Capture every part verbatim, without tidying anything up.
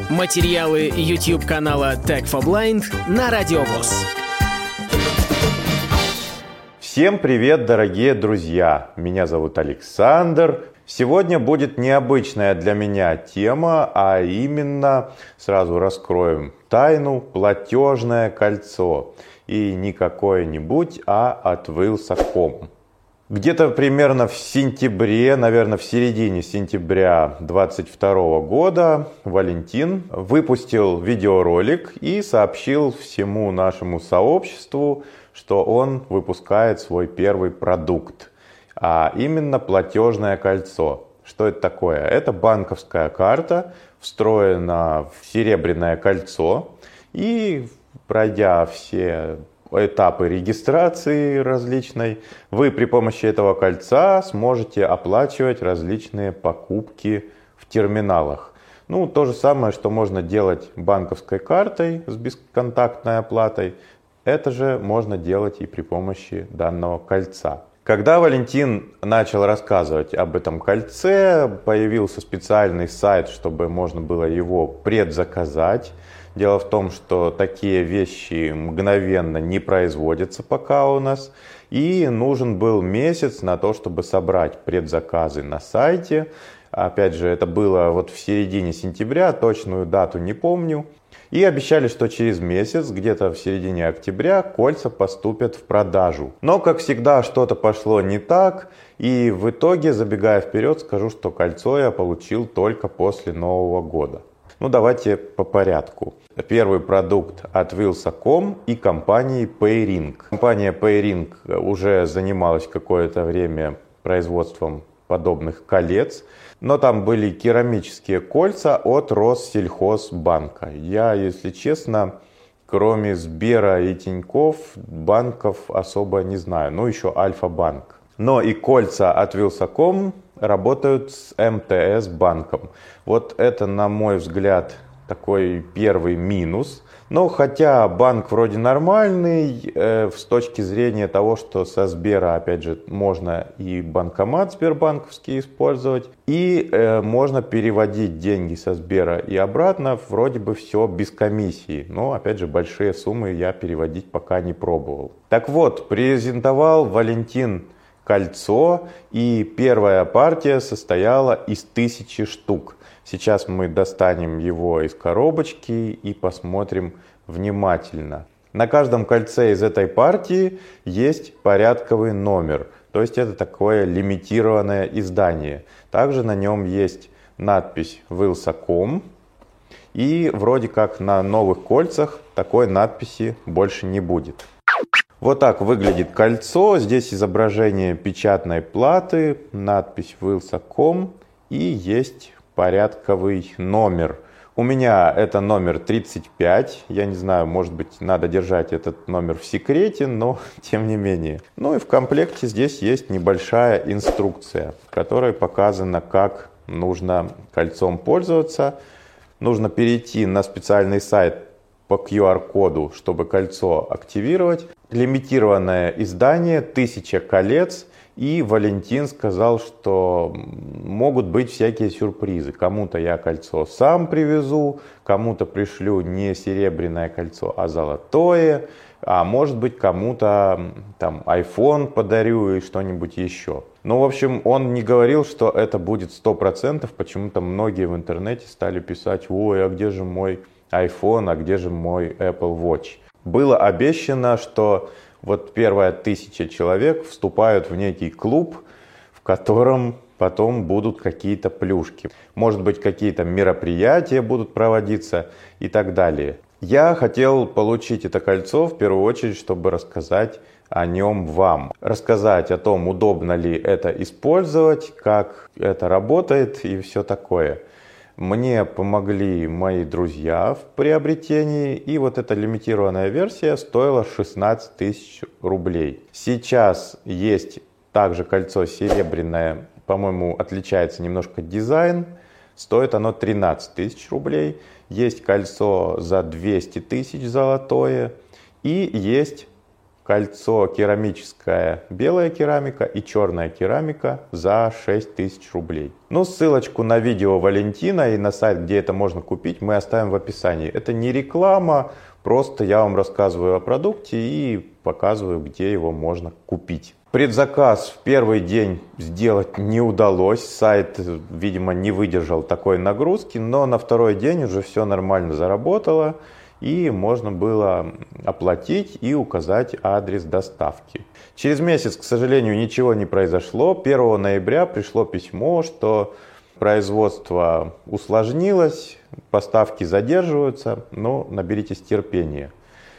Материалы YouTube-канала Tech for Blind на Радио ВОС. Всем привет, дорогие друзья! Меня зовут Александр. Сегодня будет необычная для меня тема, а именно, сразу раскроем тайну, платежное кольцо. И не какое-нибудь, а от Wylsacom. Где-то примерно в сентябре, наверное, в середине сентября две тысячи двадцать второго года Валентин выпустил видеоролик и сообщил всему нашему сообществу, что он выпускает свой первый продукт, а именно платежное кольцо. Что это такое? Это банковская карта, встроена в серебряное кольцо, и пройдя все этапы регистрации различной, вы при помощи этого кольца сможете оплачивать различные покупки в терминалах. Ну, то же самое, что можно делать банковской картой с бесконтактной оплатой, это же можно делать и при помощи данного кольца. Когда Валентин начал рассказывать об этом кольце, появился специальный сайт, чтобы можно было его предзаказать. Дело в том, что такие вещи мгновенно не производятся пока у нас. И нужен был месяц на то, чтобы собрать предзаказы на сайте. Опять же, это было вот в середине сентября, точную дату не помню. И обещали, что через месяц, где-то в середине октября, кольца поступят в продажу. Но, как всегда, что-то пошло не так. И в итоге, забегая вперед, скажу, что кольцо я получил только после Нового года. Ну, давайте по порядку. Первый продукт от Wylsacom и компании PayRing. Компания PayRing уже занималась какое-то время производством подобных колец, но там были керамические кольца от Россельхозбанка. Я, если честно, кроме Сбера и Тинькофф, банков особо не знаю. Ну, еще Альфа-банк. Но и кольца от Wylsacom работают с эм тэ эс банком. Вот это, на мой взгляд, такой первый минус. Но хотя банк вроде нормальный, э, с точки зрения того, что со Сбера, опять же, можно и банкомат сбербанковский использовать, и э, можно переводить деньги со Сбера и обратно, вроде бы все без комиссии. Но, опять же, большие суммы я переводить пока не пробовал. Так вот, презентовал Валентин кольцо, и первая партия состояла из тысячи штук. Сейчас мы достанем его из коробочки и посмотрим внимательно. На каждом кольце из этой партии есть порядковый номер, то есть это такое лимитированное издание. Также на нем есть надпись Wylsacom, и вроде как на новых кольцах такой надписи больше не будет. Вот так выглядит кольцо. Здесь изображение печатной платы, надпись Wylsacom и есть порядковый номер. У меня это номер тридцать пять. Я не знаю, может быть, надо держать этот номер в секрете, но тем не менее. Ну и в комплекте здесь есть небольшая инструкция, в которой показано, как нужно кольцом пользоваться. Нужно перейти на специальный сайт по ку ар-коду, чтобы кольцо активировать. Лимитированное издание, тысяча колец. И Валентин сказал, что могут быть всякие сюрпризы. Кому-то я кольцо сам привезу, кому-то пришлю не серебряное кольцо, а золотое. А может быть, кому-то там iPhone подарю и что-нибудь еще. Ну, в общем, он не говорил, что это будет сто процентов. Почему-то многие в интернете стали писать: ой, а где же мой iPhone, а где же мой Apple Watch? Было обещано, что вот первая тысяча человек вступают в некий клуб, в котором потом будут какие-то плюшки. Может быть, какие-то мероприятия будут проводиться и так далее. Я хотел получить это кольцо в первую очередь, чтобы рассказать о нем вам. Рассказать о том, удобно ли это использовать, как это работает и все такое. Мне помогли мои друзья в приобретении, и вот эта лимитированная версия стоила шестнадцать тысяч рублей. Сейчас есть также кольцо серебряное, по-моему, отличается немножко дизайн, стоит оно тринадцать тысяч рублей. Есть кольцо за двести тысяч золотое, и есть кольцо керамическое, белая керамика и черная керамика за шесть тысяч рублей. Ну, ссылочку на видео Валентина и на сайт, где это можно купить, мы оставим в описании. Это не реклама, просто я вам рассказываю о продукте и показываю, где его можно купить. Предзаказ в первый день сделать не удалось, сайт, видимо, не выдержал такой нагрузки, но на второй день уже все нормально заработало. И можно было оплатить и указать адрес доставки. Через месяц, к сожалению, ничего не произошло. первого ноября пришло письмо, что производство усложнилось, поставки задерживаются, но наберитесь терпения.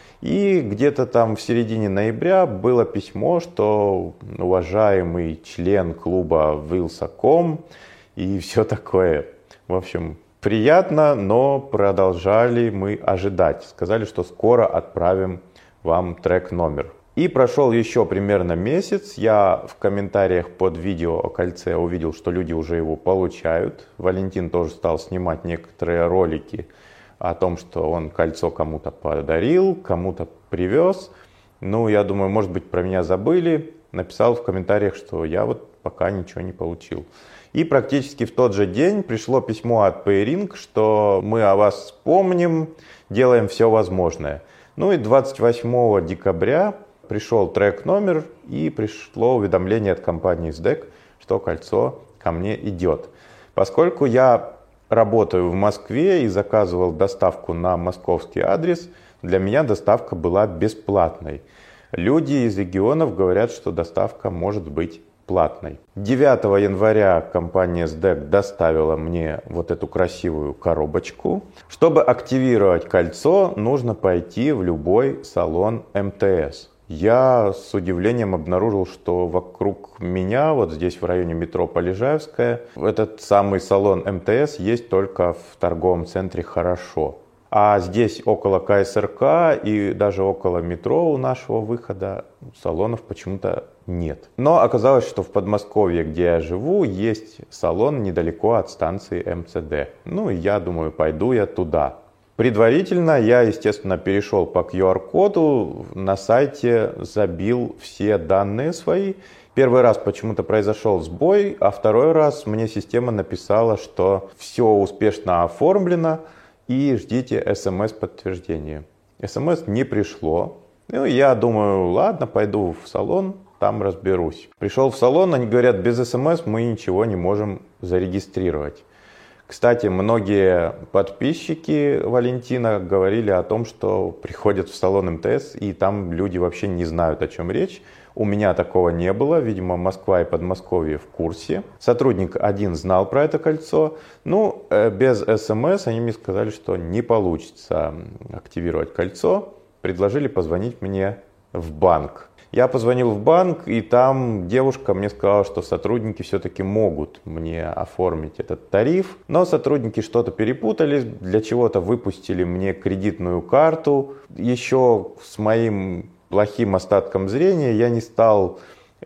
И где-то там в середине ноября было письмо, что уважаемый член клуба Вилсаком и все такое. В общем, приятно, но продолжали мы ожидать. Сказали, что скоро отправим вам трек-номер. И прошел еще примерно месяц. Я в комментариях под видео о кольце увидел, что люди уже его получают. Валентин тоже стал снимать некоторые ролики о том, что он кольцо кому-то подарил, кому-то привез. Ну, я думаю, может быть, про меня забыли. Написал в комментариях, что я вот пока ничего не получил. И практически в тот же день пришло письмо от Payring, что мы о вас помним, делаем все возможное. Ну и двадцать восьмого декабря пришел трек-номер и пришло уведомление от компании эс ди и си, что кольцо ко мне идет. Поскольку я работаю в Москве и заказывал доставку на московский адрес, для меня доставка была бесплатной. Люди из регионов говорят, что доставка может быть платной. девятого января компания эс ди и си доставила мне вот эту красивую коробочку. Чтобы активировать кольцо, нужно пойти в любой салон эм тэ эс. Я с удивлением обнаружил, что вокруг меня, вот здесь в районе метро Полежаевская, этот самый салон эм тэ эс есть только в торговом центре «Хорошо». А здесь около ка эс эр ка и даже около метро у нашего выхода салонов почему-то нет. Но оказалось, что в Подмосковье, где я живу, есть салон недалеко от станции эм цэ дэ. Ну и я думаю, пойду я туда. Предварительно я, естественно, перешел по ку ар коду, на сайте забил все данные свои. Первый раз почему-то произошел сбой, а второй раз мне система написала, что все успешно оформлено и ждите эс эм эс-подтверждение. эс эм эс не пришло. Ну, я думаю, ладно, пойду в салон, там разберусь. Пришел в салон, они говорят, без эс эм эс мы ничего не можем зарегистрировать. Кстати, многие подписчики Валентина говорили о том, что приходят в салон эм тэ эс и там люди вообще не знают, о чем речь. У меня такого не было, видимо, Москва и Подмосковье в курсе. Сотрудник один знал про это кольцо. Ну, без эс эм эс они мне сказали, что не получится активировать кольцо. Предложили позвонить мне в банк. Я позвонил в банк, и там девушка мне сказала, что сотрудники все-таки могут мне оформить этот тариф. Но сотрудники что-то перепутали, для чего-то выпустили мне кредитную карту. Еще с моим плохим остатком зрения я не стал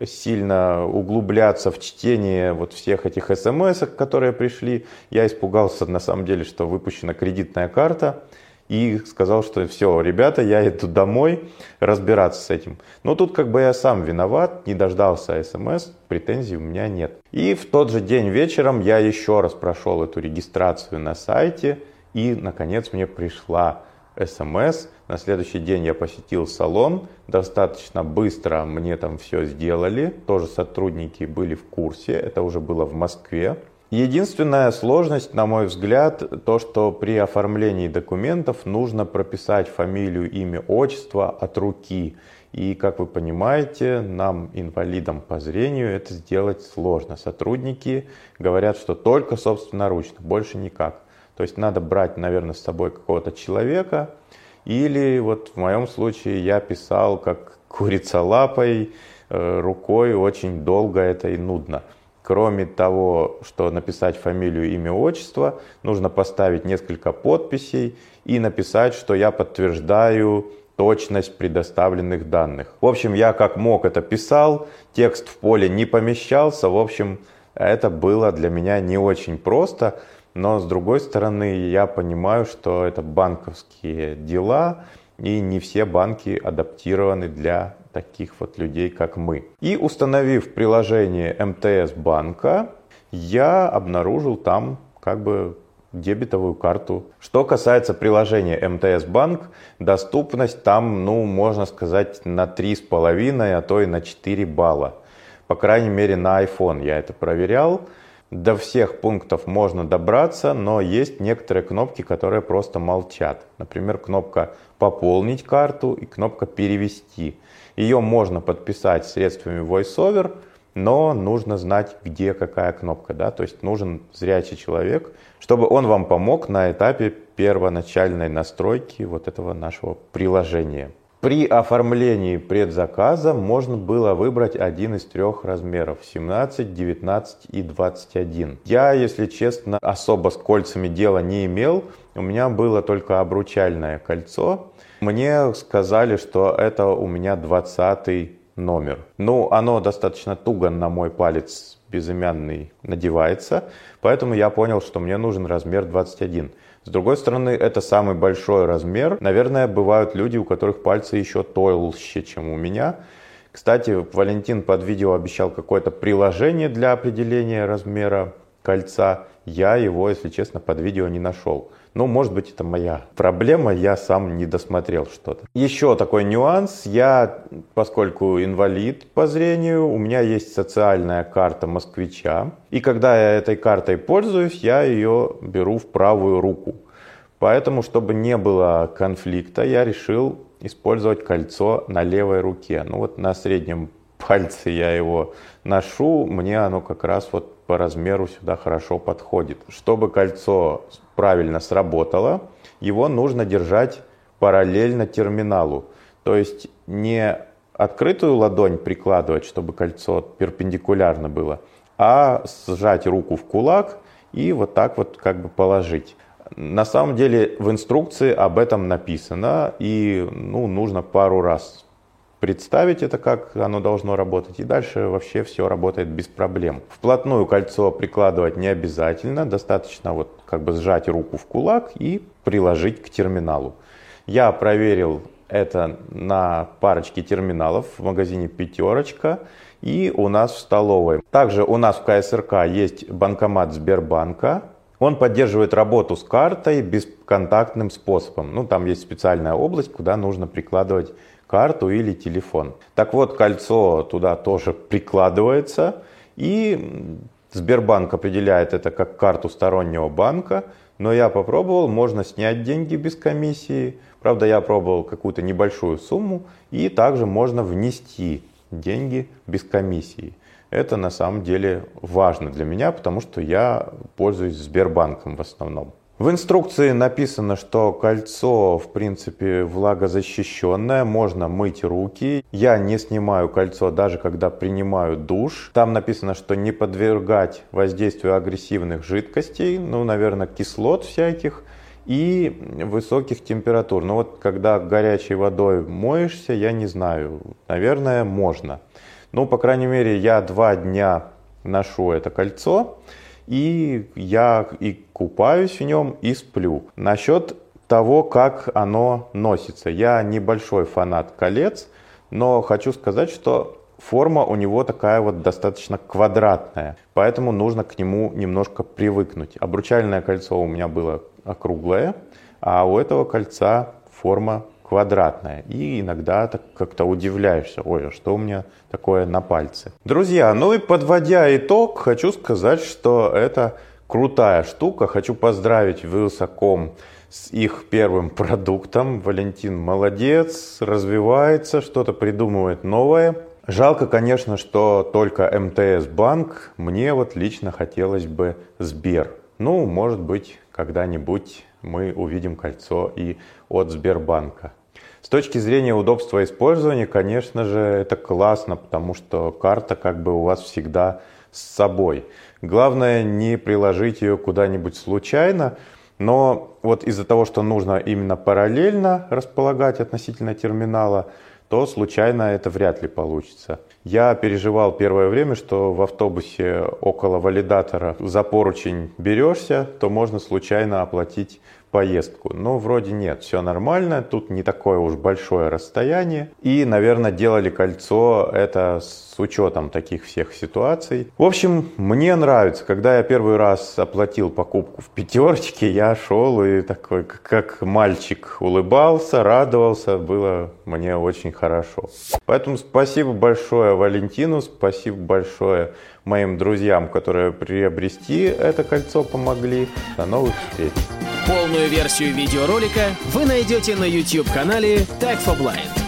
сильно углубляться в чтение вот всех этих эс эм эс, которые пришли. Я испугался на самом деле, что выпущена кредитная карта. И сказал, что все, ребята, я иду домой разбираться с этим. Но тут как бы я сам виноват, не дождался эс эм эс, претензий у меня нет. И в тот же день вечером я еще раз прошел эту регистрацию на сайте. И, наконец, мне пришла эс эм эс. На следующий день я посетил салон. Достаточно быстро мне там все сделали. Тоже сотрудники были в курсе. Это уже было в Москве. Единственная сложность, на мой взгляд, то, что при оформлении документов нужно прописать фамилию, имя, отчество от руки. И, как вы понимаете, нам, инвалидам по зрению, это сделать сложно. Сотрудники говорят, что только собственноручно, больше никак. То есть надо брать, наверное, с собой какого-то человека. Или вот в моем случае я писал как курица лапой, рукой, очень долго это и нудно. Кроме того, что написать фамилию, имя, отчество, нужно поставить несколько подписей и написать, что я подтверждаю точность предоставленных данных. В общем, я как мог это писал, текст в поле не помещался. В общем, это было для меня не очень просто. Но с другой стороны, я понимаю, что это банковские дела, и не все банки адаптированы для таких вот людей, как мы. И установив приложение эм тэ эс банка, я обнаружил там как бы дебетовую карту. Что касается приложения эм тэ эс банк, доступность там, ну, можно сказать, на три с половиной, а то и на четыре балла. По крайней мере, на iPhone я это проверял. До всех пунктов можно добраться, но есть некоторые кнопки, которые просто молчат. Например, кнопка «Пополнить карту» и кнопка «Перевести». Ее можно подписать средствами VoiceOver, но нужно знать, где какая кнопка. Да? То есть нужен зрячий человек, чтобы он вам помог на этапе первоначальной настройки вот этого нашего приложения. При оформлении предзаказа можно было выбрать один из трех размеров – семнадцать, девятнадцать и двадцать один. Я, если честно, особо с кольцами дела не имел. У меня было только обручальное кольцо. Мне сказали, что это у меня двадцатый номер. Ну, оно достаточно туго на мой палец безымянный надевается, поэтому я понял, что мне нужен размер двадцать один. С другой стороны, это самый большой размер. Наверное, бывают люди, у которых пальцы еще толще, чем у меня. Кстати, Валентин под видео обещал какое-то приложение для определения размера кольца. Я его, если честно, под видео не нашел. Ну, может быть, это моя проблема, я сам не досмотрел что-то. Еще такой нюанс. Я, поскольку инвалид по зрению, у меня есть социальная карта москвича. И когда я этой картой пользуюсь, я ее беру в правую руку. Поэтому, чтобы не было конфликта, я решил использовать кольцо на левой руке. Ну вот на среднем пальце я его ношу, мне оно как раз вот по размеру сюда хорошо подходит. Чтобы кольцо правильно сработало, его нужно держать параллельно терминалу. То есть не открытую ладонь прикладывать, чтобы кольцо перпендикулярно было, а сжать руку в кулак и вот так вот как бы положить. На самом деле в инструкции об этом написано, и ну, нужно пару раз представить это, как оно должно работать, и дальше вообще все работает без проблем. Вплотную кольцо прикладывать не обязательно, достаточно вот как бы сжать руку в кулак и приложить к терминалу. Я проверил это на парочке терминалов в магазине «Пятерочка» и у нас в столовой. Также у нас в ка эс эр ка есть банкомат Сбербанка. Он поддерживает работу с картой бесконтактным способом. Ну, там есть специальная область, куда нужно прикладывать карту или телефон. Так вот, кольцо туда тоже прикладывается, и Сбербанк определяет это как карту стороннего банка. Но я попробовал, можно снять деньги без комиссии. Правда, я пробовал какую-то небольшую сумму, и также можно внести деньги без комиссии. Это на самом деле важно для меня, потому что я пользуюсь Сбербанком в основном. В инструкции написано, что кольцо в принципе влагозащищенное, можно мыть руки. Я не снимаю кольцо даже когда принимаю душ. Там написано, что не подвергать воздействию агрессивных жидкостей, ну, наверное, кислот всяких и высоких температур. Но вот когда горячей водой моешься, я не знаю, наверное, можно. Ну, по крайней мере, я два дня ношу это кольцо, и я и купаюсь в нем, и сплю. Насчет того, как оно носится. Я небольшой фанат колец, но хочу сказать, что форма у него такая вот достаточно квадратная, поэтому нужно к нему немножко привыкнуть. Обручальное кольцо у меня было округлое, а у этого кольца форма квадратная. И иногда так как-то удивляешься, ой, а что у меня такое на пальце. Друзья, ну и подводя итог, хочу сказать, что это крутая штука. Хочу поздравить Wylsacom с их первым продуктом. Валентин молодец, развивается, что-то придумывает новое. Жалко, конечно, что только эм тэ эс банк. Мне вот лично хотелось бы Сбер. Ну, может быть, когда-нибудь мы увидим кольцо и от Сбербанка. С точки зрения удобства использования, конечно же, это классно, потому что карта как бы у вас всегда с собой. Главное не приложить ее куда-нибудь случайно, но вот из-за того, что нужно именно параллельно располагать относительно терминала, то случайно это вряд ли получится. Я переживал первое время, что в автобусе около валидатора за поручень берешься, то можно случайно оплатить поездку. Но вроде нет, все нормально, тут не такое уж большое расстояние. И, наверное, делали кольцо это с учетом таких всех ситуаций. В общем, мне нравится, когда я первый раз оплатил покупку в пятерочке, я шел и такой, как мальчик, улыбался, радовался, было мне очень хорошо. Поэтому спасибо большое Валентину, спасибо большое моим друзьям, которые приобрести это кольцо помогли. До новых встреч! Полную версию видеоролика вы найдете на YouTube-канале Tech for Blind.